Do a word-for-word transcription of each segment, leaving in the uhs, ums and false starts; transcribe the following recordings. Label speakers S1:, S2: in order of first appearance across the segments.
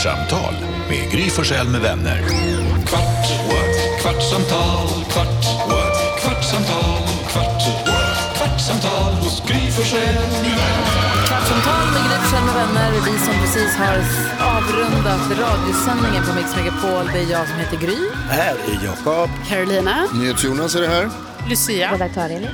S1: Kvartsamtal med Gry Forssell med vänner. Kvart, what? Kvartsamtal, kvart, what? Kvartsamtal, kvart, what? Kvartsamtal hos Gry Forssell med vänner.
S2: Kvartsamtal med Gry Forssell med vänner. Vi som precis har avrundat radiosändningen på Mix Megapol. Det är jag som heter Gry.
S3: Här är Jakob.
S4: Carolina.
S5: NyhetsJonas är det här.
S4: Lucia.
S6: Redaktör Elin.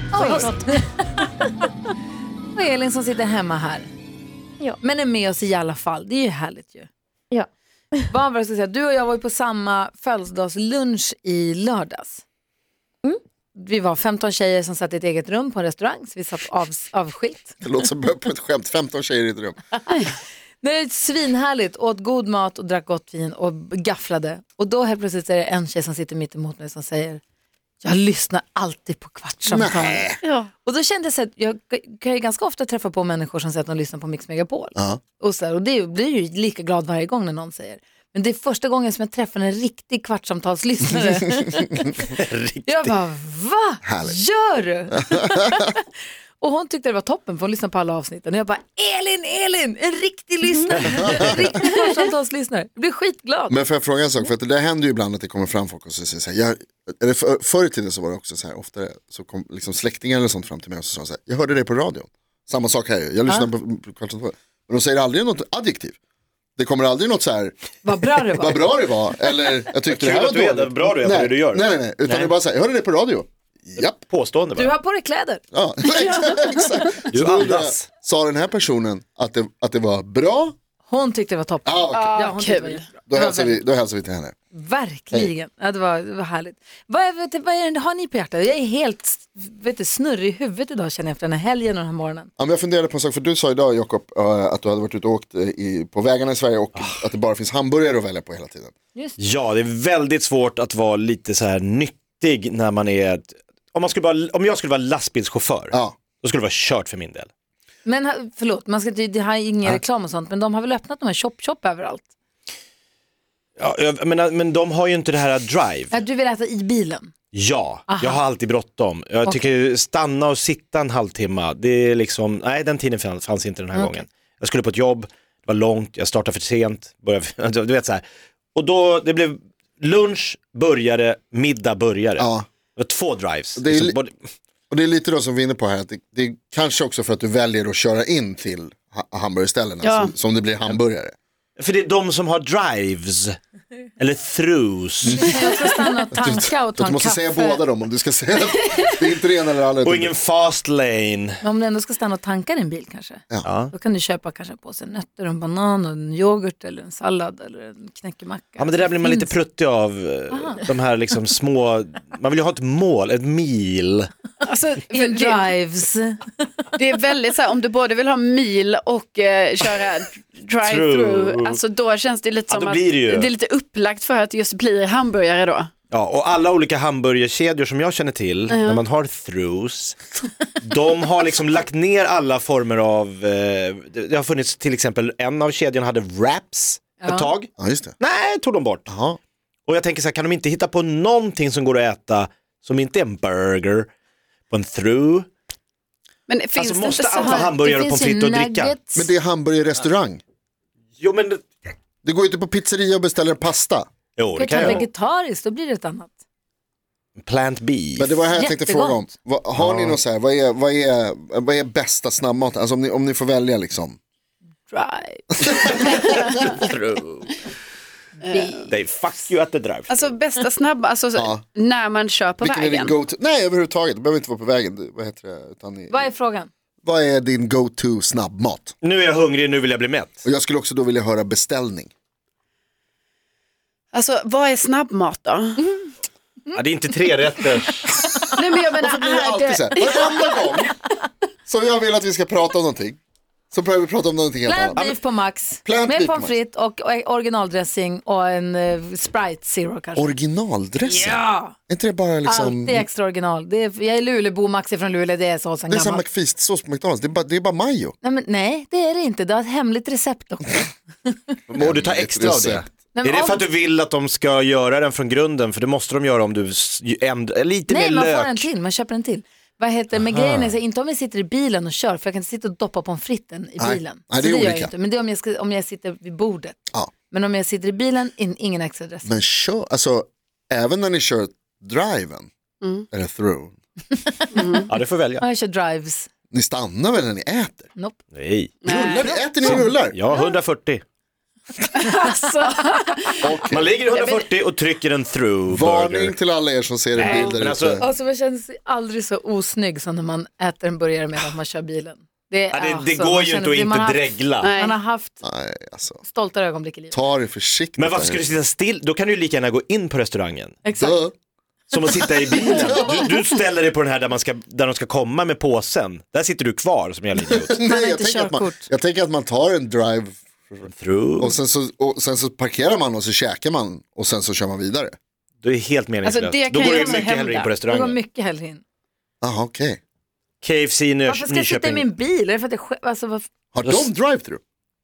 S2: Och Elin som sitter hemma här.
S6: Ja.
S2: Men är med oss i alla fall. Det är ju härligt ju.
S6: Ja.
S2: Vad var det jag ska säga? Du och jag var ju på samma födelsedagslunch i lördags.
S6: Mm.
S2: Vi var femton tjejer som satt i ett eget rum på en restaurang. Så vi satt av, avskilt.
S5: Det låter som på ett skämt. femton tjejer i ett rum.
S2: Det är svinhärligt. Åt god mat och drack gott vin och gafflade. Och då helt plötsligt är det en tjej som sitter mitt emot mig som säger: jag lyssnar alltid på Kvartsamtal.
S4: Ja.
S2: Och då kände jag så att jag kan ju ganska ofta träffa på människor som säger att de lyssnar på Mix Megapol.
S5: Ja.
S2: Och, så här, och det blir ju lika glad varje gång när någon säger. Men det är första gången som jag träffar en riktig Kvartsamtalslyssnare. Jag bara, va?
S5: Härligt.
S2: Gör du? Och hon tyckte det var toppen för hon lyssnade på alla avsnitten. Och jag bara, Elin, Elin, en riktig lyssnare. En riktig Kvartsamtalslyssnare. Jag blir skitglad.
S5: Men får jag fråga en sak? För att det där händer ju ibland att det kommer fram folk och så säger så här, jag, eller för, förr i tiden så var det också så här, ofta så kom liksom släktingar eller sånt fram till mig och så sa så här, jag hörde det på radion. Samma sak här, jag lyssnar ja. på, på Kvartsamtal. Men de säger aldrig något adjektiv. Det kommer aldrig något så här,
S2: vad bra det var.
S5: Vad bra det var. Eller jag tyckte det här var
S3: dåligt. Vad bra du är på det du gör.
S5: Nej, nej, nej. Utan nej. Det är bara så här, jag hörde det på radio. Japp.
S3: Påstående bara.
S2: Du har på dig kläder.
S5: Ja, exakt.
S3: Du andas.
S5: Sa den här personen att det, att det var bra?
S2: Hon tyckte det var toppen.
S5: Ah, okay.
S2: Ja, hon tyckte det var
S5: då, hälsar vi, då hälsar vi till henne.
S2: Verkligen. Ja, det, var, det var härligt. Vad, är, vet, vad är det, har ni på hjärtat? Jag är helt vet du, snurrig i huvudet idag känner jag efter den här helgen och den här morgonen.
S5: Ja, men jag funderade på en sak, för du sa idag Jakob att du hade varit ute och åkt i, på vägarna i Sverige och oh. att det bara finns hamburgare att välja på hela tiden.
S2: Just.
S3: Ja, det är väldigt svårt att vara lite så här nyttig när man är... Om, man skulle bara, om jag skulle vara lastbilschaufför, ja. Då skulle det vara kört för min del. Men
S2: förlåt, man ska, det har ingen ja. reklam och sånt, men de har väl öppnat de här shop-shop överallt?
S3: Ja, men, men de har ju inte det här drive.
S2: Ja, du vill äta i bilen?
S3: Ja, aha. Jag har alltid bråttom. Jag okay. tycker stanna och sitta en halvtimme, det är liksom, nej den tiden fanns, fanns inte den här okay. gången. Jag skulle på ett jobb, det var långt, jag startade för sent, började, du vet så här. Och då, det blev lunch, började, middag, började. Ja. Det var två drives.
S5: Det är, liksom, både... Och det är lite då som vi är inne på här, att det, det är kanske också för att du väljer att köra in till ha- hamburgerställena ja. som, som det blir hamburgare.
S3: För det är de som har drives eller throughs.
S2: Jag ska stanna och tanka och ta en
S5: du måste
S2: kaffe.
S5: Säga båda dem om du ska säga att det är inte det ena eller andra.
S3: Och ingen fast lane.
S2: Men om du ändå ska stanna och tanka din bil kanske.
S5: Ja.
S2: Då kan du köpa kanske på sig nötter, en banan och en yoghurt eller en sallad eller en knäckemacka.
S3: Ja, men det där blir man lite pruttig av. Aha. De här liksom små, man vill ju ha ett mål, ett mil.
S4: Alltså,
S2: in drives.
S4: Det är väldigt så här, om du både vill ha mil och eh, köra drive-through, alltså då känns det lite som ja, att det, det är lite upplagt för att just bli hamburgare då.
S3: Ja, och alla olika hamburgerkedjor som jag känner till, mm. när man har throughs, de har liksom lagt ner alla former av, eh, det har funnits till exempel, en av kedjorna hade wraps ja. ett tag.
S5: Ja, just det.
S3: Nej, tog de bort.
S5: Aha.
S3: Och jag tänker så här, kan de inte hitta på någonting som går att äta som inte är en burger på en through? Men finns alltså, det måste inte alla hamburgare och pommes frites och dricka?
S5: Men det är hamburgerrestaurang.
S3: Jo, men det...
S5: det går ju inte på pizzeria och beställer pasta.
S3: Jo,
S2: det kan jag. Vegetariskt, då blir det ett annat.
S3: Plant beef.
S5: Men det var här jag tänkte fråga om. Vad, har ja. ni något så här, vad är, vad är, vad är bästa snabbmat? Alltså om ni, om ni får välja liksom.
S2: Drive.
S3: True. They fuck you at the drive.
S4: Alltså bästa snabba, alltså ja. när man kör på
S5: Vilken
S4: vägen.
S5: Är din go-to? Nej, överhuvudtaget. Det behöver inte vara på vägen. Vad heter det? Utan i,
S2: vad är frågan?
S5: Vad är din go-to snabbmat?
S3: Nu är jag hungrig, nu vill jag bli mätt.
S5: Och jag skulle också då vilja höra beställning.
S4: Alltså, vad är snabbmat då?
S2: Mm.
S3: Ja, det är inte tre rätter.
S4: Nej, men jag menar,
S5: varför blir det alltid så här? Varenda gång som jag vill att vi ska prata om någonting, så börjar vi prata om någonting helt annat.
S2: Plant beef på max.
S5: Plant
S2: med pommes frites och originaldressing och en uh, Sprite Zero kanske.
S5: Originaldressing?
S2: Ja!
S5: Är inte det bara liksom...
S2: Alltid extra original. Det är, jag är Lulebo, Max är från Luleå, det är såsen
S5: det är
S2: gammal.
S5: samma McFeast-sås på McDonalds, det är bara, det är bara majo.
S2: Nej, men, nej, det är det inte. Det har ett hemligt recept också.
S3: Må du ta extra av det? Nej, är det för att du vill att de ska göra den från grunden? För det måste de göra om du ändrar lite
S2: nej,
S3: mer lök.
S2: Nej, man får en till, man köper en till. Vad heter det? Men grejen är så, inte om jag sitter i bilen och kör, för jag kan inte sitta och doppa på en fritten i bilen.
S5: Nej, det är
S2: så det
S5: olika.
S2: gör jag inte. Men det är om jag, ska, om jag sitter vid bordet.
S5: Ja.
S2: Men om jag sitter i bilen, in, ingen extra dressing.
S5: Men kör, alltså även när ni kör driven, mm. eller through.
S3: Mm. Ja, det får välja.
S2: Ja, jag kör drives.
S5: Ni stannar väl när ni äter?
S2: Nope.
S3: Nej.
S5: Rullar ni? Äter ni och rullar?
S3: Ja, hundrafyrtio.
S2: Alltså.
S5: Okay.
S3: Man ligger i hundrafyrtio och trycker en through
S5: Varning
S3: burger.
S5: till alla er som ser en bild där
S3: alltså,
S5: ute.
S2: Alltså man känner sig aldrig så osnygg som när man äter en burgare med att man kör bilen. Det, är,
S3: ja, det,
S2: alltså,
S3: det går ju inte att inte
S2: haft,
S3: dregla.
S2: Man har haft
S5: Nej, alltså.
S2: stolta ögonblick i livet.
S5: Ta det försiktigt.
S3: Men varför ska du sitta still? Då kan du ju lika gärna gå in på restaurangen.
S2: Exakt.
S5: Dö.
S3: Som att sitta i bilen. Du, du ställer dig på den här där, man ska, där de ska komma med påsen. Där sitter du kvar som jävla idiot.
S5: Nej, jag, tänker att man, jag tänker att man tar en drive
S3: Through.
S5: och sen, så, och sen så parkerar man och så käkar man och sen så kör man vidare.
S3: Det är helt meningslöst.
S4: Alltså, det
S3: då
S4: kan
S3: går
S4: jag
S3: du mycket
S4: hända.
S3: hellre in på
S2: Det går
S3: restaurangen.
S2: mycket hellre in.
S5: Jaha, okej. Okay.
S3: K F C i Nyköping.
S2: Varför ska jag sitta i min bil? Är det för att jag själv, alltså, varför?
S5: Har de drive-through?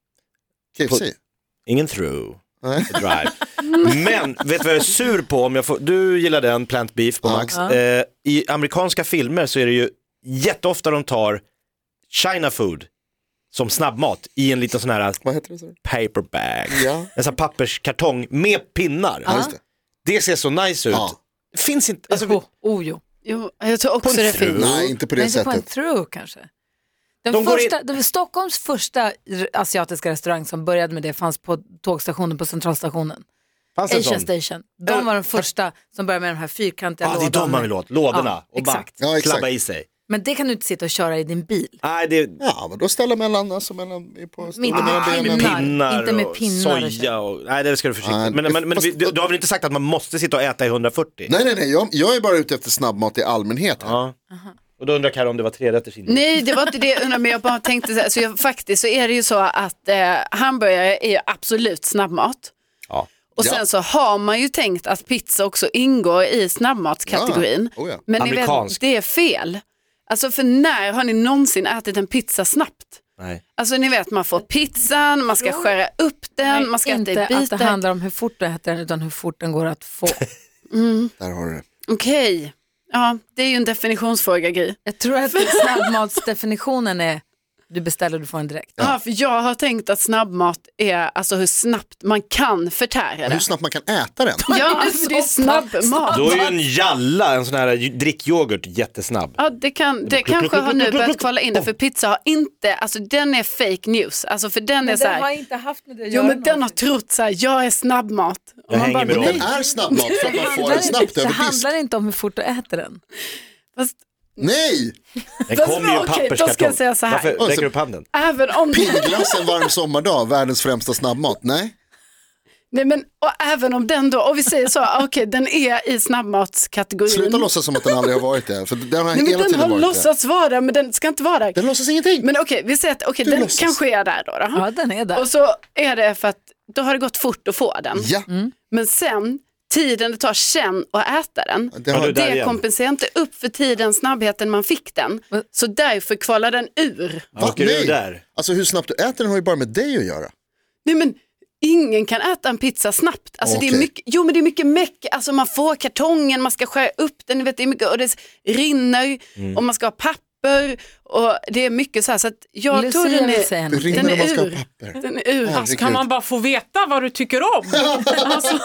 S5: K F C?
S3: Ingen through. Drive. Men vet du vad jag är sur på? Om jag får, du gillar den, plant beef på Max.
S2: Ja.
S3: Eh, I amerikanska filmer så är det ju jätteofta de tar China food som snabbmat i en liten sån här
S5: Vad heter det så?
S3: paper bag.
S5: Ja.
S3: En sån här papperskartong med pinnar.
S5: Ja, just det.
S3: Det ser så nice ut.
S5: Ja.
S3: Det finns inte... Alltså,
S2: oh, oh, jo.
S4: Jo, jag tror också det finns.
S5: Nej, inte på det
S2: Men inte på en
S5: sättet.
S2: through kanske. Den
S3: De går
S2: första, det var Stockholms första asiatiska restaurang som började med det fanns på tågstationen på centralstationen.
S3: fanns det en
S2: Asian
S3: sån?
S2: Station. De var de första som började med de här fyrkantiga
S3: Ja, det är
S2: lådorna.
S3: de man vill åt. Lådorna.
S2: Ja,
S3: och bara
S2: exakt.
S5: Ja, exakt.
S3: klabba i sig.
S2: Men det kan du inte sitta och köra i din bil.
S3: Nej, det är
S5: Ja, men då ställer mellan, alltså mellan på
S2: Inte
S5: stolen mellan
S2: med
S5: benen.
S2: pinnar.
S3: pinnar
S2: Inte med
S3: och
S2: pinnar och
S3: soja. Och, nej, det ska du försiktigt.
S5: Nej,
S3: men men, men
S5: fast-
S3: vi, du, du har väl inte sagt att man måste sitta och äta i hundrafyrtio?
S5: Nej, nej, nej. Jag, jag är bara ute efter snabbmat i allmänhet. Här.
S3: Ja. Och då undrar Karo om det var tre rätter sin.
S4: Nej, det var inte det jag undrade, men jag bara tänkte så här, så jag, faktiskt så är det ju så att eh, hamburgare är ju absolut snabbmat.
S3: Ja.
S4: Och sen
S5: Ja.
S4: så har man ju tänkt att pizza också ingår i snabbmatskategorin.
S5: Ja. Oh, ja.
S4: Men ni vet,
S3: Amerikansk.
S4: det är fel. Alltså för när har ni någonsin ätit en pizza snabbt?
S3: Nej.
S4: Alltså ni vet, man får pizzan, man ska skära upp den, man ska äta i
S2: inte att det
S4: bitar.
S2: handlar om hur fort du äter den utan hur fort den går att få.
S4: Mm.
S5: Där har du det.
S4: Okej, ja det är ju en definitionsfråga, Gry.
S2: Jag tror att snabbmatsdefinitionen är du beställer och du får den direkt.
S4: Ja. för jag har tänkt att snabbmat är alltså hur snabbt man kan förtära
S5: Hur
S4: det.
S5: snabbt man kan äta den.
S4: Ja, alltså det är snabbmat.
S3: Då är ju en jalla, en sån här drickyoghurt, jättesnabb.
S4: Ja, det, kan, det kanske har nu börjat kvala in det, för pizza har inte, alltså den är fake news, alltså för den är så här,
S2: inte haft med det att
S4: jo men den har trott så här, jag är snabbmat. Och
S3: Jag
S4: man
S3: hänger med
S4: bara,
S3: dem.
S5: Den är snabbmat för att man får den
S2: Det
S5: snabbt
S2: det
S5: över disk.
S2: handlar inte om hur fort du äter den.
S4: fast
S5: Nej!
S3: Den
S4: Fast
S3: kommer ju i
S4: okej, då ska
S3: papperskartong.
S4: jag säga så här.
S3: Varför
S5: Alltså,
S3: räcker du upp handen?
S4: även om,
S5: Pingglass en varm sommardag, världens främsta snabbmat. Nej.
S4: nej men, och även om den då, och vi säger så, okej den är i snabbmatskategorin.
S5: Sluta låtsas som att den aldrig har varit där. För den har
S4: Nej, men
S5: hela
S4: den
S5: tiden
S4: har
S5: varit där.
S4: låtsats vara där, men den ska inte vara där.
S5: Den låtsas ingenting.
S4: Men okej, vi säger att okej,
S5: Du
S4: den
S5: låtsas.
S4: kanske är där då. då.
S2: Ja, den är där.
S4: Och så är det för att då har det gått fort att få den.
S5: Ja,
S4: Men sen, tiden det tar sen att äta den,
S5: det har,
S3: du där
S4: det
S3: igen.
S4: kompenserar inte upp för tiden, snabbheten man fick den. Så därför kvalar den ur.
S5: Va?
S3: Åker du
S5: Nej.
S3: där?
S5: Alltså hur snabbt du äter den har ju bara med dig att göra.
S4: Nej men, ingen kan äta en pizza snabbt. Alltså det är
S5: Okej.
S4: mycket, jo men det är mycket meck, alltså man får kartongen, man ska skära upp den, ni vet, det är mycket, och det rinner och man ska ha papper och det är mycket så här, så att jag
S2: Lucia
S4: tror den
S2: vill
S4: är,
S2: säga
S5: Det
S2: någonting.
S5: rinner
S4: Den är
S5: om man ska ha
S4: ur.
S5: papper.
S4: den är ur.
S5: Ja.
S6: Alltså, kan man bara få veta vad du tycker om? Alltså,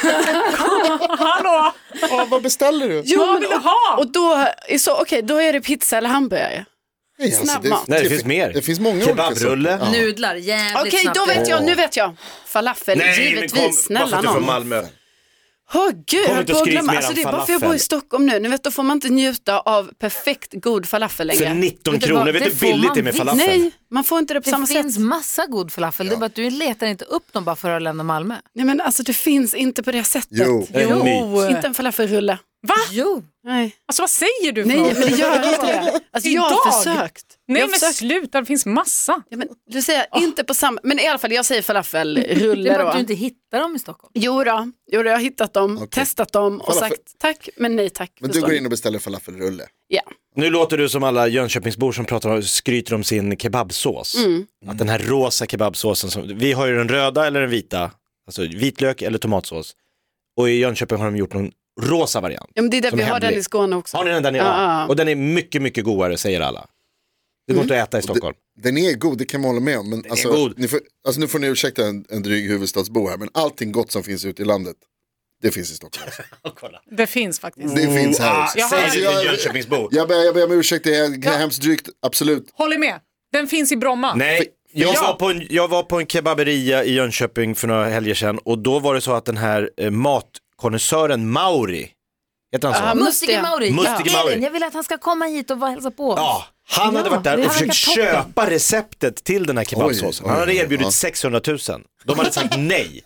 S6: hallå,
S5: Ja, vad beställer du?
S4: Jo,
S6: vad
S4: men,
S6: vill du ha?
S4: och då är så, okej, då är det pizza eller hamburgare.
S5: Nej, alltså,
S4: Snabbmat.
S3: Nej, det finns mer.
S5: Det finns många
S3: Kebabrulle.
S5: olika saker. Ja.
S2: Nudlar, jävligt
S4: Okej,
S2: snabbt.
S4: då vet jag, nu vet jag. Falafel,
S3: Nej, men
S4: givetvis,
S3: kom,
S4: snälla
S3: varför är du från
S4: någon.
S3: Malmö?
S4: Åh gud,
S3: Kom
S4: jag
S3: inte och
S4: höll på att
S3: skryt
S4: glömma.
S3: mer
S4: Alltså,
S3: om
S4: det är bara för att jag
S3: falafel.
S4: bor i Stockholm nu. Nu vet, då får man inte njuta av perfekt god falafel längre.
S3: För nitton
S2: Vet du
S3: kronor,
S2: vad,
S3: vet
S2: det
S3: du hur
S2: får
S3: billigt
S2: man
S3: det är med
S2: visst.
S3: falafel?
S4: Nej, man får inte det på
S2: Det
S4: samma
S2: finns
S4: sätt.
S2: massa god falafel, det är bara att du letar inte upp dem bara för att lämna Malmö.
S4: Nej men alltså det finns inte på det sättet.
S5: Jo.
S3: Det är en myt.
S4: Inte en falafelrulle.
S6: Va?
S2: Jo.
S4: Nej,
S6: Alltså vad säger du för
S4: Nej
S6: något?
S4: men det gör inte det. Alltså jag har
S6: Idag?
S4: försökt.
S6: Nej
S4: jag har
S6: men
S4: försökt.
S6: sluta, det finns massa.
S4: Ja, men du säger inte på samma, men i alla fall jag säger
S2: Det
S4: falafelrulle
S2: är bara att du
S4: då.
S2: inte hittar dem i Stockholm.
S4: Jo då, jo då, jag har hittat dem,
S5: Okej.
S4: testat dem och
S5: Falafel-
S4: sagt tack men nej tack.
S5: Men du
S4: förstår
S5: går
S4: ni?
S5: in och beställer falafelrulle.
S4: Ja.
S3: Nu låter du som alla Jönköpingsbor som pratar och skryter om sin kebabsås. Att den här rosa kebabsåsen, som, vi har ju den röda eller den vita, alltså vitlök eller tomatsås. Och i Jönköping har de gjort någon rosa variant.
S4: Ja men det är det
S3: Som
S4: vi
S3: är
S4: har den
S3: hemlig.
S4: i Skåne också.
S3: Har ni den där nere?
S4: Ja, ja.
S3: Och den är mycket, mycket godare, säger alla. Det går mm. inte att äta i Stockholm.
S5: Det, den är god, det kan man hålla med om. Men alltså, ni får, alltså nu får ni ursäkta en, en dryg huvudstadsbo här. Men allting gott som finns ute i landet, det finns i Stockholm.
S6: Det finns faktiskt.
S5: Det finns här också.
S3: Jag, alltså, jag, jag,
S5: jag, ber, jag ber om ursäkt, det är ja. hemskt drygt, absolut.
S6: Håller med, den finns i Bromma.
S3: Nej, jag, ja. var på en, jag var på en kebaberia i Jönköping för några helger sedan. Och då var det så att den här eh, matkonnässören Mauri, heter han så?
S2: Uh, Mustige Mauri.
S3: Mustige ja. Mauri.
S2: Jag vill att han ska komma hit och hälsa på oss.
S3: Ja, han ja, hade varit där och försökt köpa receptet till den här kebabsåsen. Han hade erbjudit ja. sexhundra tusen. De hade sagt nej.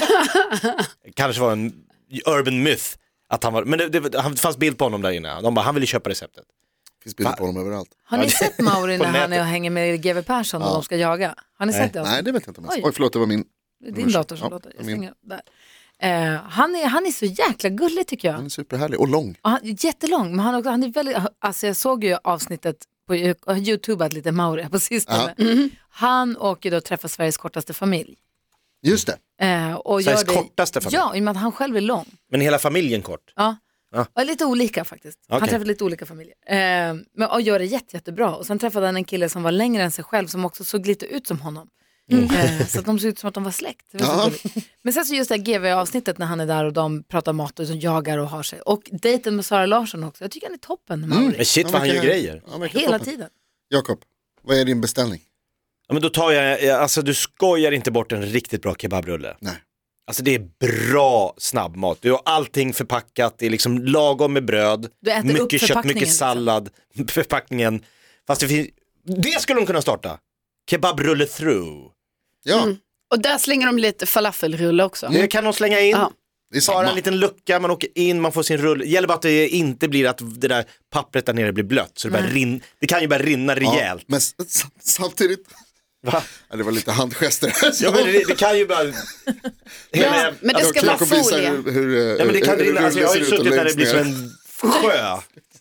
S3: Kanske var en urban myth att han var, men det, det, det fanns bild på honom där inne. De bara, han ville köpa receptet.
S5: Det finns bilder på honom överallt.
S2: Har ni sett Mauri när han är och hänger med G W Persson och ja. de ska jaga? Har ni
S5: nej.
S2: sett det?
S5: Nej, det vet jag inte. Oj, Oj förlåt, det var min.
S2: Det är din dator som ja, låter. Jag stänger där. Uh, han, är, han är så jäkla gullig tycker jag.
S5: Han är superhärlig och lång.
S2: Och han, jättelång, men han, han är väldigt, alltså jag såg ju avsnittet på YouTube att lite Mauri på sistone. Uh-huh. Mm-hmm. Han åker då och träffar Sveriges kortaste familj.
S5: Just det.
S2: Uh, och
S3: Sveriges
S2: gör det,
S3: kortaste familj?
S2: Ja, i och med att han själv är lång.
S3: Men hela familjen kort?
S2: Ja,
S3: ja.
S2: Och lite olika faktiskt. Okay. Han träffade lite olika familjer. Uh, men, och gör det jätte, jättebra. Och sen träffade han en kille som var längre än sig själv som också såg lite ut som honom. Mm. Eh, så att de såg ut som att de var släkt. Var men sen så just det här G V-avsnittet när han är där och de pratar mat och jagar och har sig. Och dejten med Sara Larsson också. Jag tycker han är toppen. Mm.
S3: Men shit vad han gör grejer.
S5: Ja,
S2: hela tiden.
S5: Jakob, vad är din beställning?
S3: Ja, men då tar jag, alltså du skojar inte bort en riktigt bra kebabrulle.
S5: Nej.
S3: Alltså det är bra snabbmat. Du har allting förpackat, det är liksom lagom med bröd.
S2: Du äter
S3: mycket
S2: upp
S3: kött, mycket sallad. Liksom. Förpackningen. Fast det finns, det skulle de kunna starta. Kebabrulle through.
S5: Ja.
S4: Mm. Och där slänger de lite falafelrulle också.
S3: Det kan de slänga in.
S4: Ja.
S3: Det är bara en liten lucka, man åker in, man får sin rulle. Det gäller bara att det inte blir att det där pappret där nere blir blött. Så det, bara rin, det kan ju bara rinna rejält.
S5: Ja, men s- samtidigt...
S3: Va?
S5: Ja, det var lite handgester.
S3: Ja, men det, det kan ju bara...
S4: Ja, men det ska vara folie.
S5: Hur, hur,
S3: ja, men det kan
S5: hur,
S3: rinna. Alltså, jag har ju suttit där det blir som en sjö.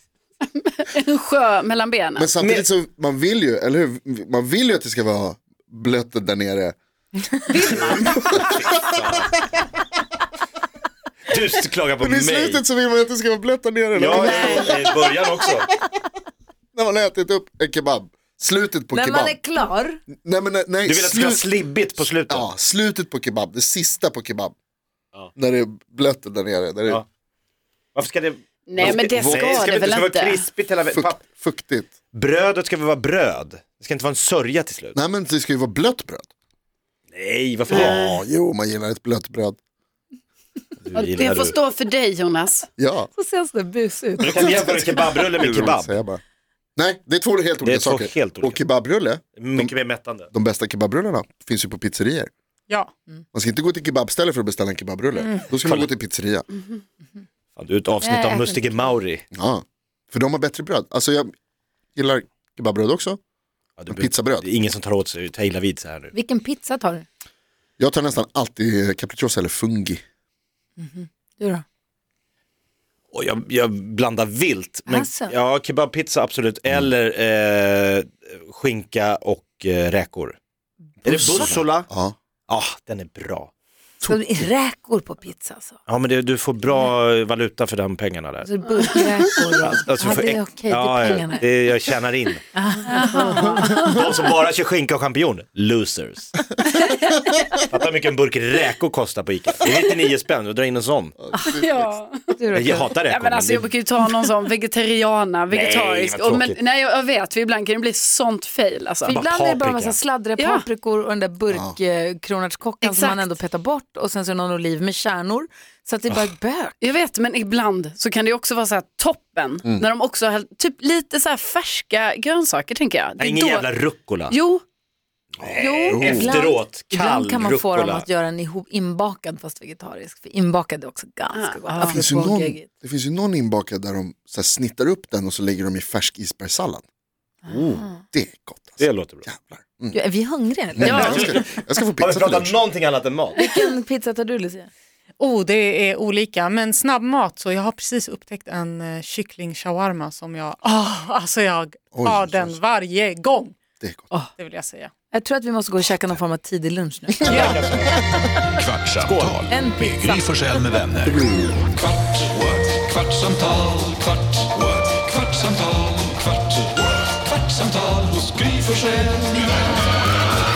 S4: En sjö mellan benen.
S5: Men samtidigt så, man vill ju, eller hur? Man vill ju att det ska vara blött där nere.
S4: Vill man?
S3: Du klagar på
S5: men
S3: mig.
S5: Men i slutet så vill man att det ska vara blött där nere.
S3: Ja, i början också.
S5: När man ätit upp en kebab. Slutet på
S2: när
S5: kebab.
S2: När man är klar.
S5: Nej, men, nej,
S3: du vill att det ska vara slibbigt på slutet.
S5: Ja, slutet på kebab. Det sista på kebab.
S3: Ja.
S5: När det är blött där nere. Där
S3: ja.
S5: det...
S3: Varför ska det...
S4: Nej, men det ska,
S3: Nej, ska
S4: det väl inte.
S3: Det ska vara krispigt hela vägen.
S5: Fukt, fuktigt.
S3: Brödet ska väl vara bröd. Det ska inte vara en sörja till slut.
S5: Nej, men det ska ju vara blött bröd.
S3: Nej, varför
S5: Ja, oh, jo, man gillar ett blött bröd.
S4: Det får stå för dig, Jonas.
S5: Ja.
S2: Så ser det bus ut.
S3: Du kan jämföra kebabrulle med kebab.
S5: Nej, det är två helt olika saker.
S3: Helt olika.
S5: Och kebabrulle,
S3: mycket de, mer mättande.
S5: De bästa kebabrullarna finns ju på pizzerier.
S6: Ja.
S5: Mm. Man ska inte gå till kebabställe för att beställa en kebabrulle. Mm. Då ska man gå till pizzeria.
S3: Mm. Fan, du är ett avsnitt av Mustige Mauri.
S5: Ja, för de har bättre bröd. Alltså jag gillar kebabbröd också. Ja,
S3: du,
S5: pizzabröd.
S3: Det är ingen som tar åt sig, ta illa vid så här nu.
S2: Vilken pizza tar du?
S5: Jag tar nästan alltid capricciosa eller fungi.
S2: Mm-hmm. Du då?
S3: Och jag, jag blandar vilt. Men,
S2: alltså.
S3: Ja, kebabpizza absolut. Mm. Eller eh, skinka och eh, räkor. Är det bussola?
S5: Ja.
S3: Ja, ah, den är bra.
S2: Så det är räkor på pizza alltså?
S3: Ja, men det, du får bra mm. valuta för de pengarna där.
S2: Så burkräkor då?
S3: Alltså,
S2: ja, det är okej,
S3: ja,
S2: det är pengarna.
S3: Det jag tjänar in. De som bara kör skinka och champignon, losers. Fattar hur mycket en burk räkor kostar på Ica. Det är nittionio spänn och drar in en sån.
S4: Ja.
S3: Jag hatar räkor.
S4: Ja, men alltså, jag brukar ju ta någon sån vegetariana, vegetarisk.
S3: Nej,
S4: och, men, nej, jag vet, ibland kan det bli sånt fail. Alltså.
S2: För ibland är det bara en massa sladdre
S4: ja.
S2: paprikor och den där burkkronärtskockan ja. som man ändå petar bort. Och sen så någon oliv med kärnor. Så att det är bara ett bök.
S4: Jag vet, men ibland så kan det också vara så här toppen. Mm. När de också har typ lite så här färska grönsaker, tänker jag.
S3: Det är ingen då... jävla rucola.
S4: Jo.
S3: Nej, jo. Efteråt, kall
S2: ibland kan man
S3: rucola.
S2: få dem att göra en ihop inbakad fast vegetarisk. För inbakad är också ganska
S5: ah.
S2: gott.
S5: Det finns, ju någon, det finns ju någon inbakad där de så här snittar upp den och så lägger de i färsk isbergssallad. Oh, det är gott. Alltså.
S3: Det låter bra.
S5: Mm.
S2: Ja, är vi hungriga?
S5: Nej, ja. jag, ska, jag ska få pizza.
S3: Har vi pratat någonting annat än mat?
S2: Vilken pizza tar du, Lucia?
S6: Oh, det är olika, men snabbmat, så jag har precis upptäckt en uh, kyckling shawarma som jag, oh, alltså jag
S5: Oj,
S6: har den så. varje gång.
S5: Det är gott.
S6: Oh, det vill jag säga.
S2: Jag tror att vi måste gå och käka någon form av tidig lunch nu.
S6: Ja.
S1: Kvartsamtal
S2: en
S1: med Gry Forssell med vänner. Kvart, what? Kvartsamtal, kvart, what? Kvartsamtal, kvart, what? Kvartsamtal hos Gry Forssell med vänner.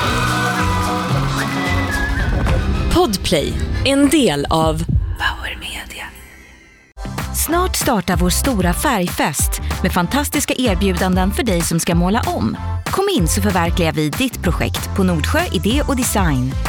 S7: Podplay, en del av Power Media. Snart startar vår stora färgfest med fantastiska erbjudanden för dig som ska måla om. Kom in så förverkligar vi ditt projekt på Nordsjö Idé och Design.